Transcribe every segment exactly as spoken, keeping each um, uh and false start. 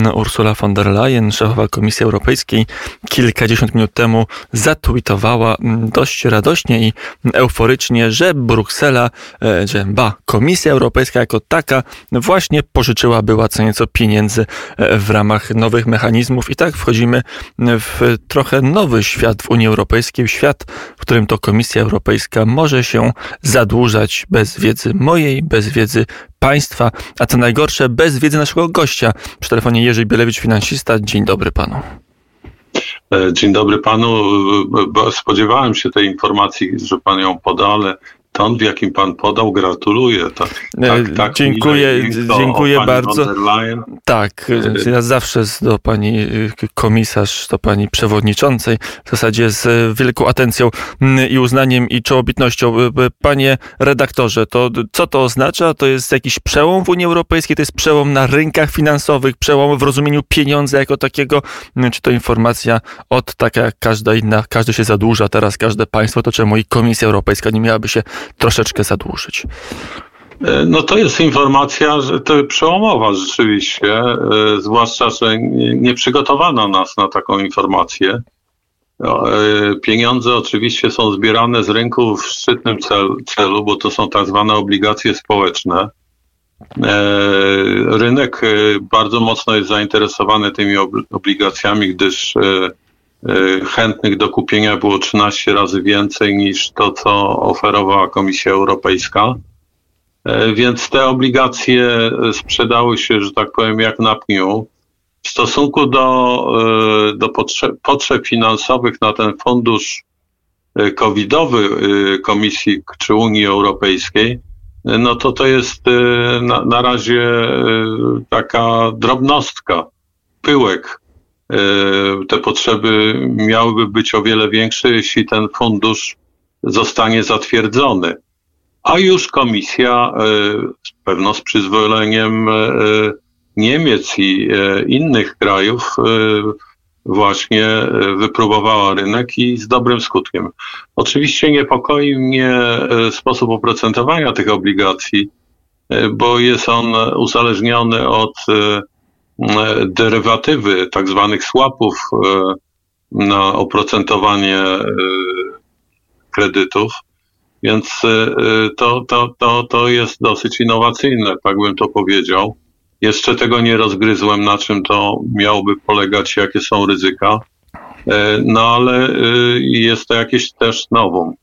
Ursula von der Leyen, szefowa Komisji Europejskiej, kilkadziesiąt minut temu zatweetowała dość radośnie i euforycznie, że Bruksela, że ba, Komisja Europejska jako taka właśnie pożyczyła była co nieco pieniędzy w ramach nowych mechanizmów i tak wchodzimy w trochę nowy świat w Unii Europejskiej, świat, w którym to Komisja Europejska może się zadłużać bez wiedzy mojej, bez wiedzy państwa, a co najgorsze, bez wiedzy naszego gościa. Przy telefonie Jerzy Bielewicz, finansista. Dzień dobry panu. Dzień dobry panu. Spodziewałem się tej informacji, że pan ją poda, ale ton, w jakim pan podał, gratuluję. Tak, tak, tak, dziękuję, dziękuję bardzo. Tak, ja zawsze do pani komisarz, do pani przewodniczącej, w zasadzie z wielką atencją i uznaniem i czołobitnością. Panie redaktorze, to co to oznacza? To jest jakiś przełom w Unii Europejskiej? To jest przełom na rynkach finansowych, przełom w rozumieniu pieniądza jako takiego? Czy to informacja od taka jak każda inna, każdy się zadłuża teraz, każde państwo, to czemu i Komisja Europejska nie miałaby się troszeczkę zadłużyć? No to jest informacja, że to przełomowa rzeczywiście, zwłaszcza, że nie przygotowano nas na taką informację. Pieniądze oczywiście są zbierane z rynku w szczytnym celu, bo to są tak zwane obligacje społeczne. Rynek bardzo mocno jest zainteresowany tymi obligacjami, gdyż chętnych do kupienia było trzynaście razy więcej niż to, co oferowała Komisja Europejska. Więc te obligacje sprzedały się, że tak powiem, jak na pniu. W stosunku do, do potrzeb, potrzeb finansowych na ten fundusz covidowy Komisji czy Unii Europejskiej, no to to jest na, na razie taka drobnostka, pyłek. Te potrzeby miałyby być o wiele większe, jeśli ten fundusz zostanie zatwierdzony. A już komisja, pewno z przyzwoleniem Niemiec i innych krajów, właśnie wypróbowała rynek i z dobrym skutkiem. Oczywiście niepokoi mnie sposób oprocentowania tych obligacji, bo jest on uzależniony od derywatywy tak zwanych swapów na oprocentowanie kredytów, więc to, to, to, to jest dosyć innowacyjne, tak bym to powiedział. Jeszcze tego nie rozgryzłem, na czym to miałoby polegać, jakie są ryzyka, no ale jest to jakieś też nowum.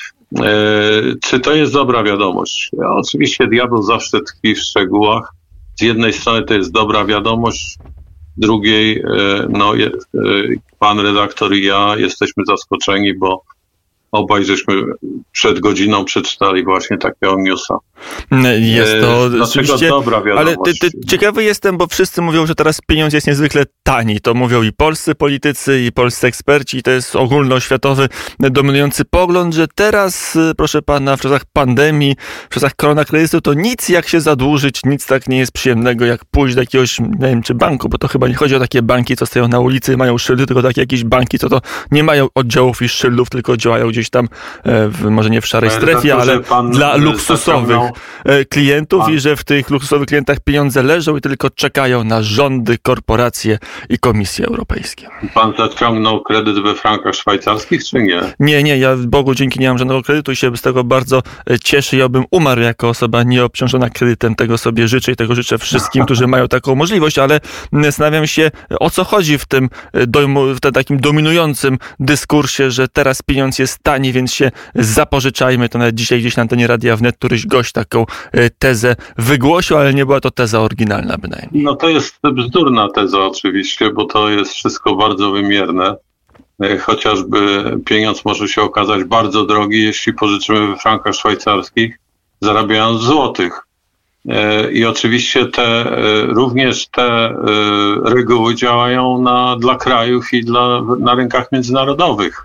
Czy to jest dobra wiadomość? Oczywiście diabeł zawsze tkwi w szczegółach. Z jednej strony to jest dobra wiadomość, z drugiej no, pan redaktor i ja jesteśmy zaskoczeni, bo obaj żeśmy przed godziną przeczytali właśnie takiego newsa. Jest to oczywiście dobra wiadomość. Ale ty, ty, ciekawy jestem, bo wszyscy mówią, że teraz pieniądz jest niezwykle tani. To mówią i polscy politycy, i polscy eksperci. I to jest ogólnoświatowy, dominujący pogląd, że teraz, proszę pana, w czasach pandemii, w czasach koronakryzysu, to nic jak się zadłużyć, nic tak nie jest przyjemnego, jak pójść do jakiegoś, nie wiem, czy banku, bo to chyba nie chodzi o takie banki, co stoją na ulicy, mają szyldy, tylko takie jakieś banki, co to nie mają oddziałów i szyldów, tylko działają gdzieś tam, w, może nie w szarej strefie, ale dla luksusowych klientów i że w tych luksusowych klientach pieniądze leżą i tylko czekają na rządy, korporacje i Komisje Europejskie. Pan zaciągnął kredyt we frankach szwajcarskich, czy nie? Nie, nie, ja Bogu dzięki nie mam żadnego kredytu i się z tego bardzo cieszę. Ja bym umarł jako osoba nieobciążona kredytem. Tego sobie życzę i tego życzę wszystkim, którzy mają taką możliwość, ale zastanawiam się, o co chodzi w tym, w tym takim dominującym dyskursie, że teraz pieniądz jest tani, więc się zapożyczajmy. To nawet dzisiaj gdzieś na antenie Radia Wnet któryś gość taką tezę wygłosił, ale nie była to teza oryginalna bynajmniej. No to jest bzdurna teza oczywiście, bo to jest wszystko bardzo wymierne. Chociażby pieniądz może się okazać bardzo drogi, jeśli pożyczymy we frankach szwajcarskich, zarabiając w złotych. I oczywiście te, również te reguły działają na, dla krajów i dla, na rynkach międzynarodowych.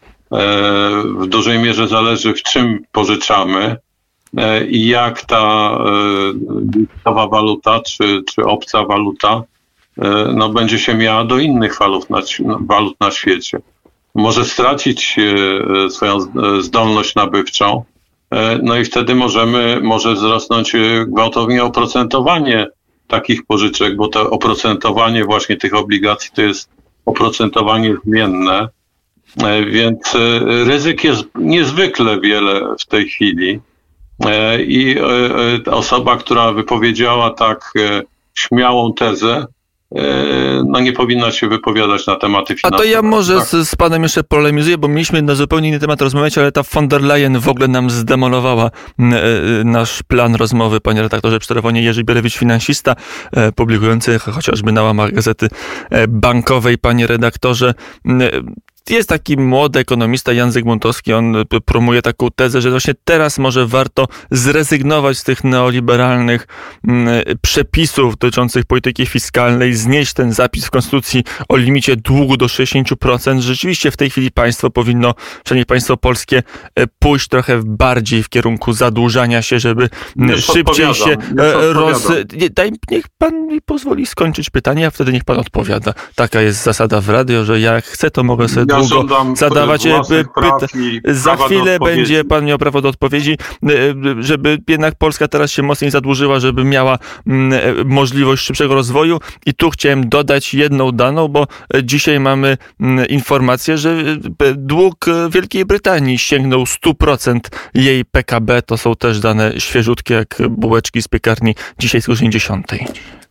W dużej mierze zależy, w czym pożyczamy i jak ta nowa waluta czy, czy obca waluta no, będzie się miała do innych walut na, walut na świecie. Może stracić swoją zdolność nabywczą, no i wtedy możemy, może wzrosnąć gwałtownie oprocentowanie takich pożyczek, bo to oprocentowanie właśnie tych obligacji to jest oprocentowanie zmienne, więc ryzyk jest niezwykle wiele w tej chwili i osoba, która wypowiedziała tak śmiałą tezę, no nie powinna się wypowiadać na tematy finansowe. A to ja może tak? z, z panem jeszcze polemizuję, bo mieliśmy na zupełnie inny temat rozmawiać, ale ta von der Leyen w ogóle nam zdemolowała e, nasz plan rozmowy, panie redaktorze. Przy telefonie Jerzy Bierewicz, finansista, e, publikujący chociażby na łamach Gazety Bankowej. Panie redaktorze, e, jest taki młody ekonomista, Jan Zygmuntowski, on promuje taką tezę, że właśnie teraz może warto zrezygnować z tych neoliberalnych przepisów dotyczących polityki fiskalnej, znieść ten zapis w Konstytucji o limicie długu do sześćdziesiąt procent. Rzeczywiście w tej chwili państwo powinno, przynajmniej państwo polskie, pójść trochę bardziej w kierunku zadłużania się, żeby nie szybciej się roz... Daj, niech pan mi pozwoli skończyć pytanie, a wtedy niech pan odpowiada. Taka jest zasada w radio, że jak chcę, to mogę sobie Ja długo zadawać pytania. Za chwilę będzie pan miał prawo do odpowiedzi, żeby jednak Polska teraz się mocniej zadłużyła, żeby miała możliwość szybszego rozwoju. I tu chciałem dodać jedną daną, bo dzisiaj mamy informację, że dług Wielkiej Brytanii sięgnął sto procent jej P K B. To są też dane świeżutkie jak bułeczki z piekarni dzisiaj z godziny dziesiątej.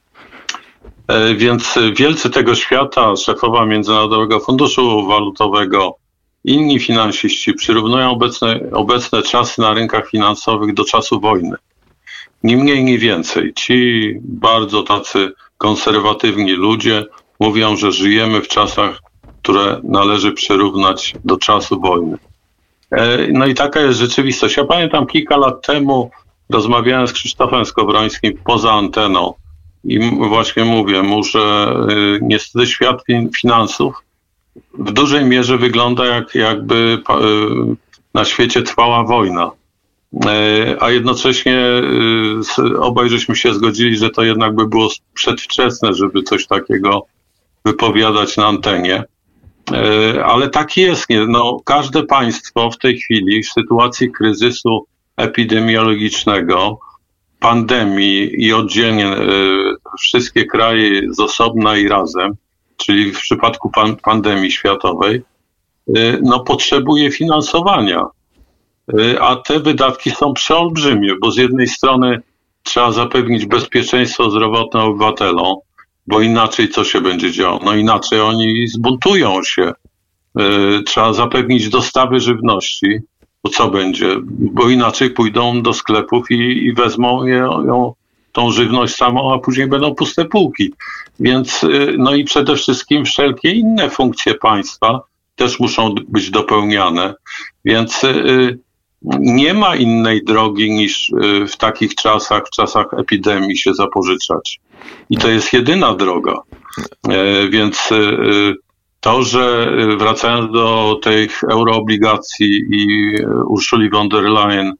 Więc wielcy tego świata, szefowa Międzynarodowego Funduszu Walutowego, inni finansiści przyrównują obecne, obecne czasy na rynkach finansowych do czasu wojny. Ni mniej, ni więcej. Ci bardzo tacy konserwatywni ludzie mówią, że żyjemy w czasach, które należy przyrównać do czasu wojny. No i taka jest rzeczywistość. Ja pamiętam kilka lat temu rozmawiałem z Krzysztofem Skowrońskim poza anteną. I właśnie mówię mu, że y, niestety świat fin- finansów w dużej mierze wygląda jak jakby y, na świecie trwała wojna. Y, a jednocześnie y, obaj żeśmy się zgodzili, że to jednak by było przedwczesne, żeby coś takiego wypowiadać na antenie. Y, ale tak jest. Nie? No, każde państwo w tej chwili w sytuacji kryzysu epidemiologicznego, pandemii i oddzielnie y, wszystkie kraje z osobna i razem, czyli w przypadku pan, pandemii światowej, y, no potrzebuje finansowania. Y, a te wydatki są przeolbrzymie, bo z jednej strony trzeba zapewnić bezpieczeństwo zdrowotne obywatelom, bo inaczej co się będzie działo? No inaczej oni zbuntują się. Y, trzeba zapewnić dostawy żywności. To co będzie? Bo inaczej pójdą do sklepów i, i wezmą je, ją, tą żywność samą, a później będą puste półki. Więc, no i przede wszystkim wszelkie inne funkcje państwa też muszą być dopełniane. Więc y, nie ma innej drogi niż y, w takich czasach, w czasach epidemii się zapożyczać. I to jest jedyna droga. Y, więc y, To, że wracając do tych euroobligacji i Ursuli von der Leyen,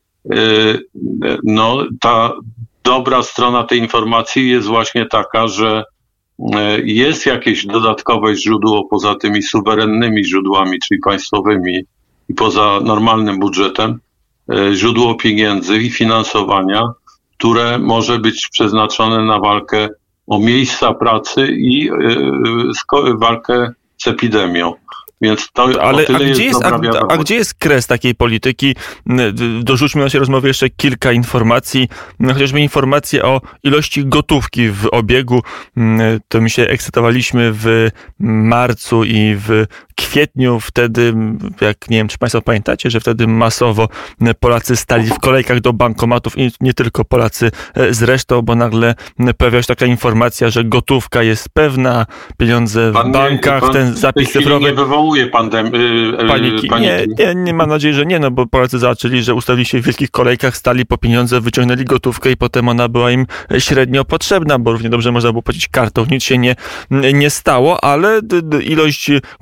no ta dobra strona tej informacji jest właśnie taka, że jest jakieś dodatkowe źródło poza tymi suwerennymi źródłami, czyli państwowymi i poza normalnym budżetem, źródło pieniędzy i finansowania, które może być przeznaczone na walkę o miejsca pracy i yy, walkę z epidemią. Więc to Ale o tyle a gdzie jest, jest, a, a gdzie jest kres takiej polityki? Dorzućmy do naszej rozmowy jeszcze kilka informacji, chociażby informacje o ilości gotówki w obiegu. To my się ekscytowaliśmy w marcu i w kwietniu. Wtedy, jak nie wiem, czy państwo pamiętacie, że wtedy masowo Polacy stali w kolejkach do bankomatów i nie tylko Polacy zresztą, bo nagle pojawiała się taka informacja, że gotówka jest pewna, pieniądze w pan bankach, nie, ten zapis cyfrowy. Nie wywołuje pandemii, yy, paniki. paniki. Nie, nie, nie, mam nadziei, że nie, no bo Polacy zobaczyli, że ustawili się w wielkich kolejkach, stali po pieniądze, wyciągnęli gotówkę i potem ona była im średnio potrzebna, bo równie dobrze można było płacić kartą. Nic się nie, nie stało, ale ilość gotówki w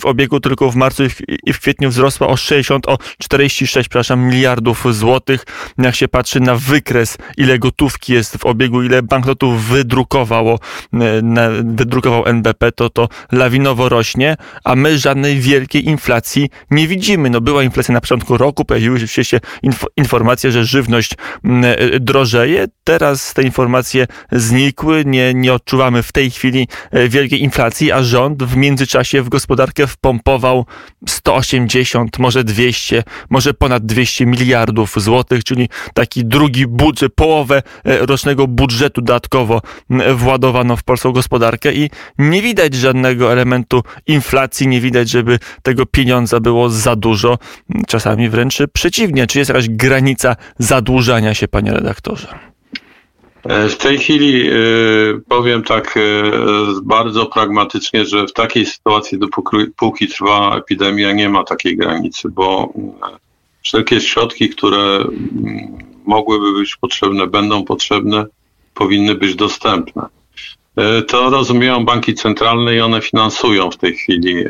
w obiegu tylko w marcu i w kwietniu wzrosła o sześćdziesiąt, o czterdzieści sześć, przepraszam, miliardów złotych. Jak się patrzy na wykres, ile gotówki jest w obiegu, ile banknotów wydrukowało, wydrukował N B P, to to lawinowo rośnie, a my żadnej wielkiej inflacji nie widzimy. No była inflacja na początku roku, pojawiły się inf- informacje, że żywność drożeje. Teraz te informacje znikły, nie, nie odczuwamy w tej chwili wielkiej inflacji, a rząd w międzyczasie w gospodarkę wpompował sto osiemdziesiąt, może dwieście, może ponad dwieście miliardów złotych, czyli taki drugi budżet, połowę rocznego budżetu dodatkowo władowano w polską gospodarkę i nie widać żadnego elementu inflacji, nie widać, żeby tego pieniądza było za dużo. Czasami wręcz przeciwnie. Czy jest jakaś granica zadłużania się, panie redaktorze? W tej chwili powiem tak bardzo pragmatycznie, że w takiej sytuacji, dopóki trwa epidemia, nie ma takiej granicy, bo wszelkie środki, które mogłyby być potrzebne, będą potrzebne, powinny być dostępne. To rozumieją banki centralne i one finansują w tej chwili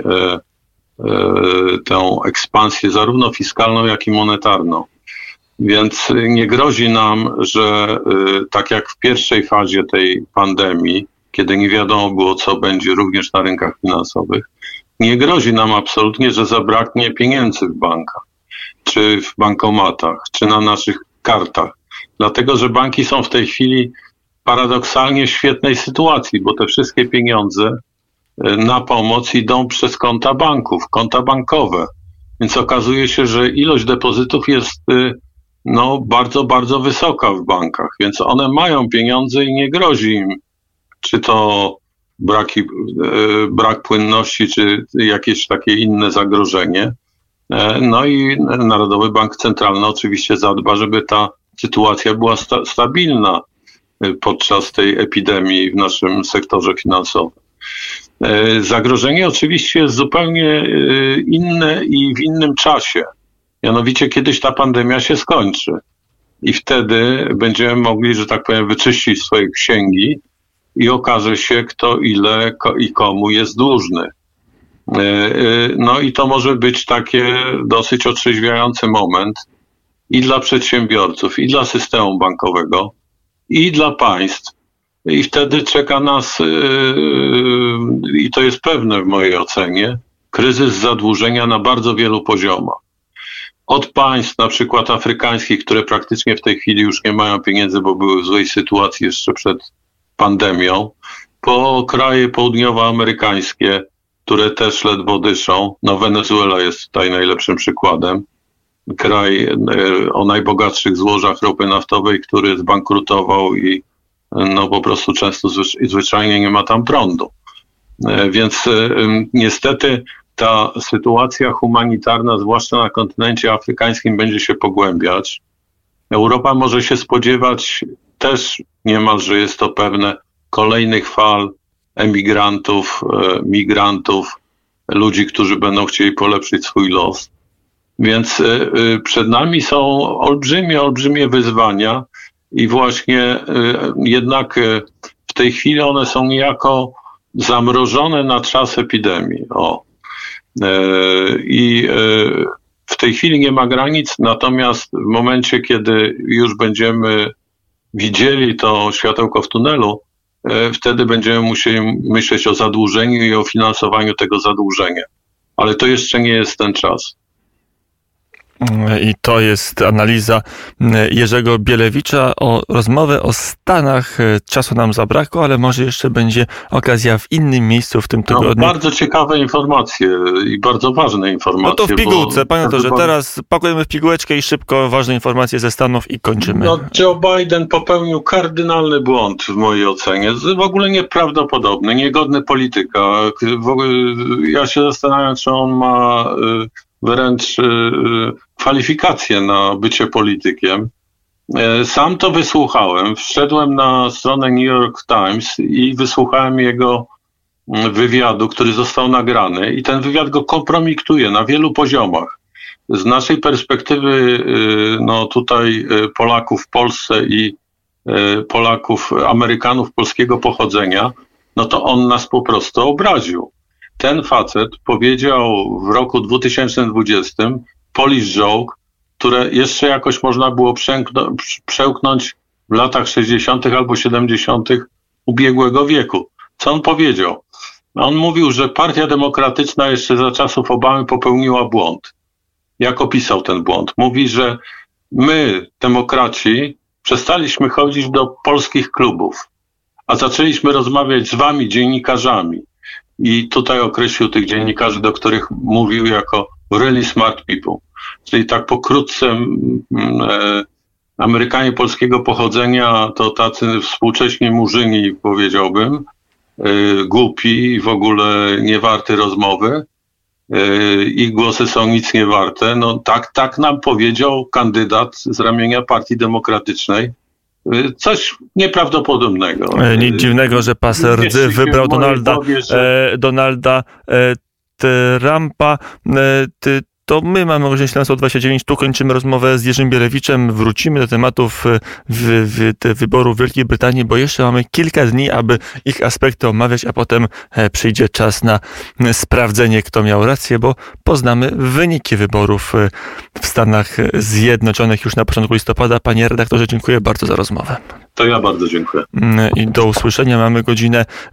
tę ekspansję zarówno fiskalną, jak i monetarną. Więc nie grozi nam, że tak jak w pierwszej fazie tej pandemii, kiedy nie wiadomo było, co będzie również na rynkach finansowych, nie grozi nam absolutnie, że zabraknie pieniędzy w bankach, czy w bankomatach, czy na naszych kartach. Dlatego, że banki są w tej chwili paradoksalnie w świetnej sytuacji, bo te wszystkie pieniądze na pomoc idą przez konta banków, konta bankowe. Więc okazuje się, że ilość depozytów jest no, bardzo, bardzo wysoka w bankach, więc one mają pieniądze i nie grozi im, czy to braki, brak płynności, czy jakieś takie inne zagrożenie. No i Narodowy Bank Centralny oczywiście zadba, żeby ta sytuacja była sta- stabilna podczas tej epidemii w naszym sektorze finansowym. Zagrożenie oczywiście jest zupełnie inne i w innym czasie. Mianowicie kiedyś ta pandemia się skończy i wtedy będziemy mogli, że tak powiem, wyczyścić swoje księgi i okaże się, kto ile i komu jest dłużny. No i to może być takie dosyć otrzeźwiający moment i dla przedsiębiorców, i dla systemu bankowego, i dla państw. I wtedy czeka nas, i to jest pewne w mojej ocenie, kryzys zadłużenia na bardzo wielu poziomach. Od państw na przykład afrykańskich, które praktycznie w tej chwili już nie mają pieniędzy, bo były w złej sytuacji jeszcze przed pandemią, po kraje południowoamerykańskie, które też ledwo dyszą. No Wenezuela jest tutaj najlepszym przykładem. Kraj o najbogatszych złożach ropy naftowej, który zbankrutował i no po prostu często zwyczajnie nie ma tam prądu. Więc niestety ta sytuacja humanitarna, zwłaszcza na kontynencie afrykańskim, będzie się pogłębiać. Europa może się spodziewać też, niemalże jest to pewne, kolejnych fal emigrantów, migrantów, ludzi, którzy będą chcieli polepszyć swój los. Więc przed nami są olbrzymie, olbrzymie wyzwania i właśnie jednak w tej chwili one są niejako zamrożone na czas epidemii. O. I w tej chwili nie ma granic, natomiast w momencie, kiedy już będziemy widzieli to światełko w tunelu, wtedy będziemy musieli myśleć o zadłużeniu i o finansowaniu tego zadłużenia. Ale to jeszcze nie jest ten czas. I to jest analiza Jerzego Bielewicza. O rozmowę o Stanach czasu nam zabrakło, ale może jeszcze będzie okazja w innym miejscu w tym tygodniu. No, bardzo ciekawe informacje i bardzo ważne informacje. No to w pigułce, panie doktorze, teraz pakujemy w pigułeczkę i szybko ważne informacje ze Stanów i kończymy. No, Joe Biden popełnił kardynalny błąd w mojej ocenie. W ogóle nieprawdopodobny, niegodny polityka. W ogóle ja się zastanawiam, czy on ma wręcz kwalifikacje na bycie politykiem. Sam to wysłuchałem. Wszedłem na stronę New York Times i wysłuchałem jego wywiadu, który został nagrany i ten wywiad go kompromituje na wielu poziomach. Z naszej perspektywy, no tutaj Polaków w Polsce i Polaków, Amerykanów polskiego pochodzenia, no to on nas po prostu obraził. Ten facet powiedział w roku dwa tysiące dwudziestym Polish joke, które jeszcze jakoś można było przełknąć, przełknąć w latach sześćdziesiątych albo siedemdziesiątych ubiegłego wieku. Co on powiedział? On mówił, że Partia Demokratyczna jeszcze za czasów Obamy popełniła błąd. Jak opisał ten błąd? Mówi, że my, demokraci, przestaliśmy chodzić do polskich klubów, a zaczęliśmy rozmawiać z wami, dziennikarzami. I tutaj określił tych dziennikarzy, do których mówił jako really smart people. Czyli tak pokrótce e, Amerykanie polskiego pochodzenia to tacy współcześni murzyni, powiedziałbym, e, głupi i w ogóle nie warty rozmowy. E, ich głosy są nic nie warte. No tak, tak nam powiedział kandydat z ramienia Partii Demokratycznej. Coś nieprawdopodobnego. Nic dziwnego, że pas rdzy wybrał Donalda, głowie, że... e, Donalda e, Trumpa. E, ty, To my mamy godzina siedemnasta dwadzieścia dziewięć. Tu kończymy rozmowę z Jerzym Bielewiczem. Wrócimy do tematów w, w, te wyborów w Wielkiej Brytanii, bo jeszcze mamy kilka dni, aby ich aspekty omawiać, a potem przyjdzie czas na sprawdzenie, kto miał rację, bo poznamy wyniki wyborów w Stanach Zjednoczonych już na początku listopada. Panie redaktorze, dziękuję bardzo za rozmowę. To ja bardzo dziękuję. I do usłyszenia. Mamy godzinę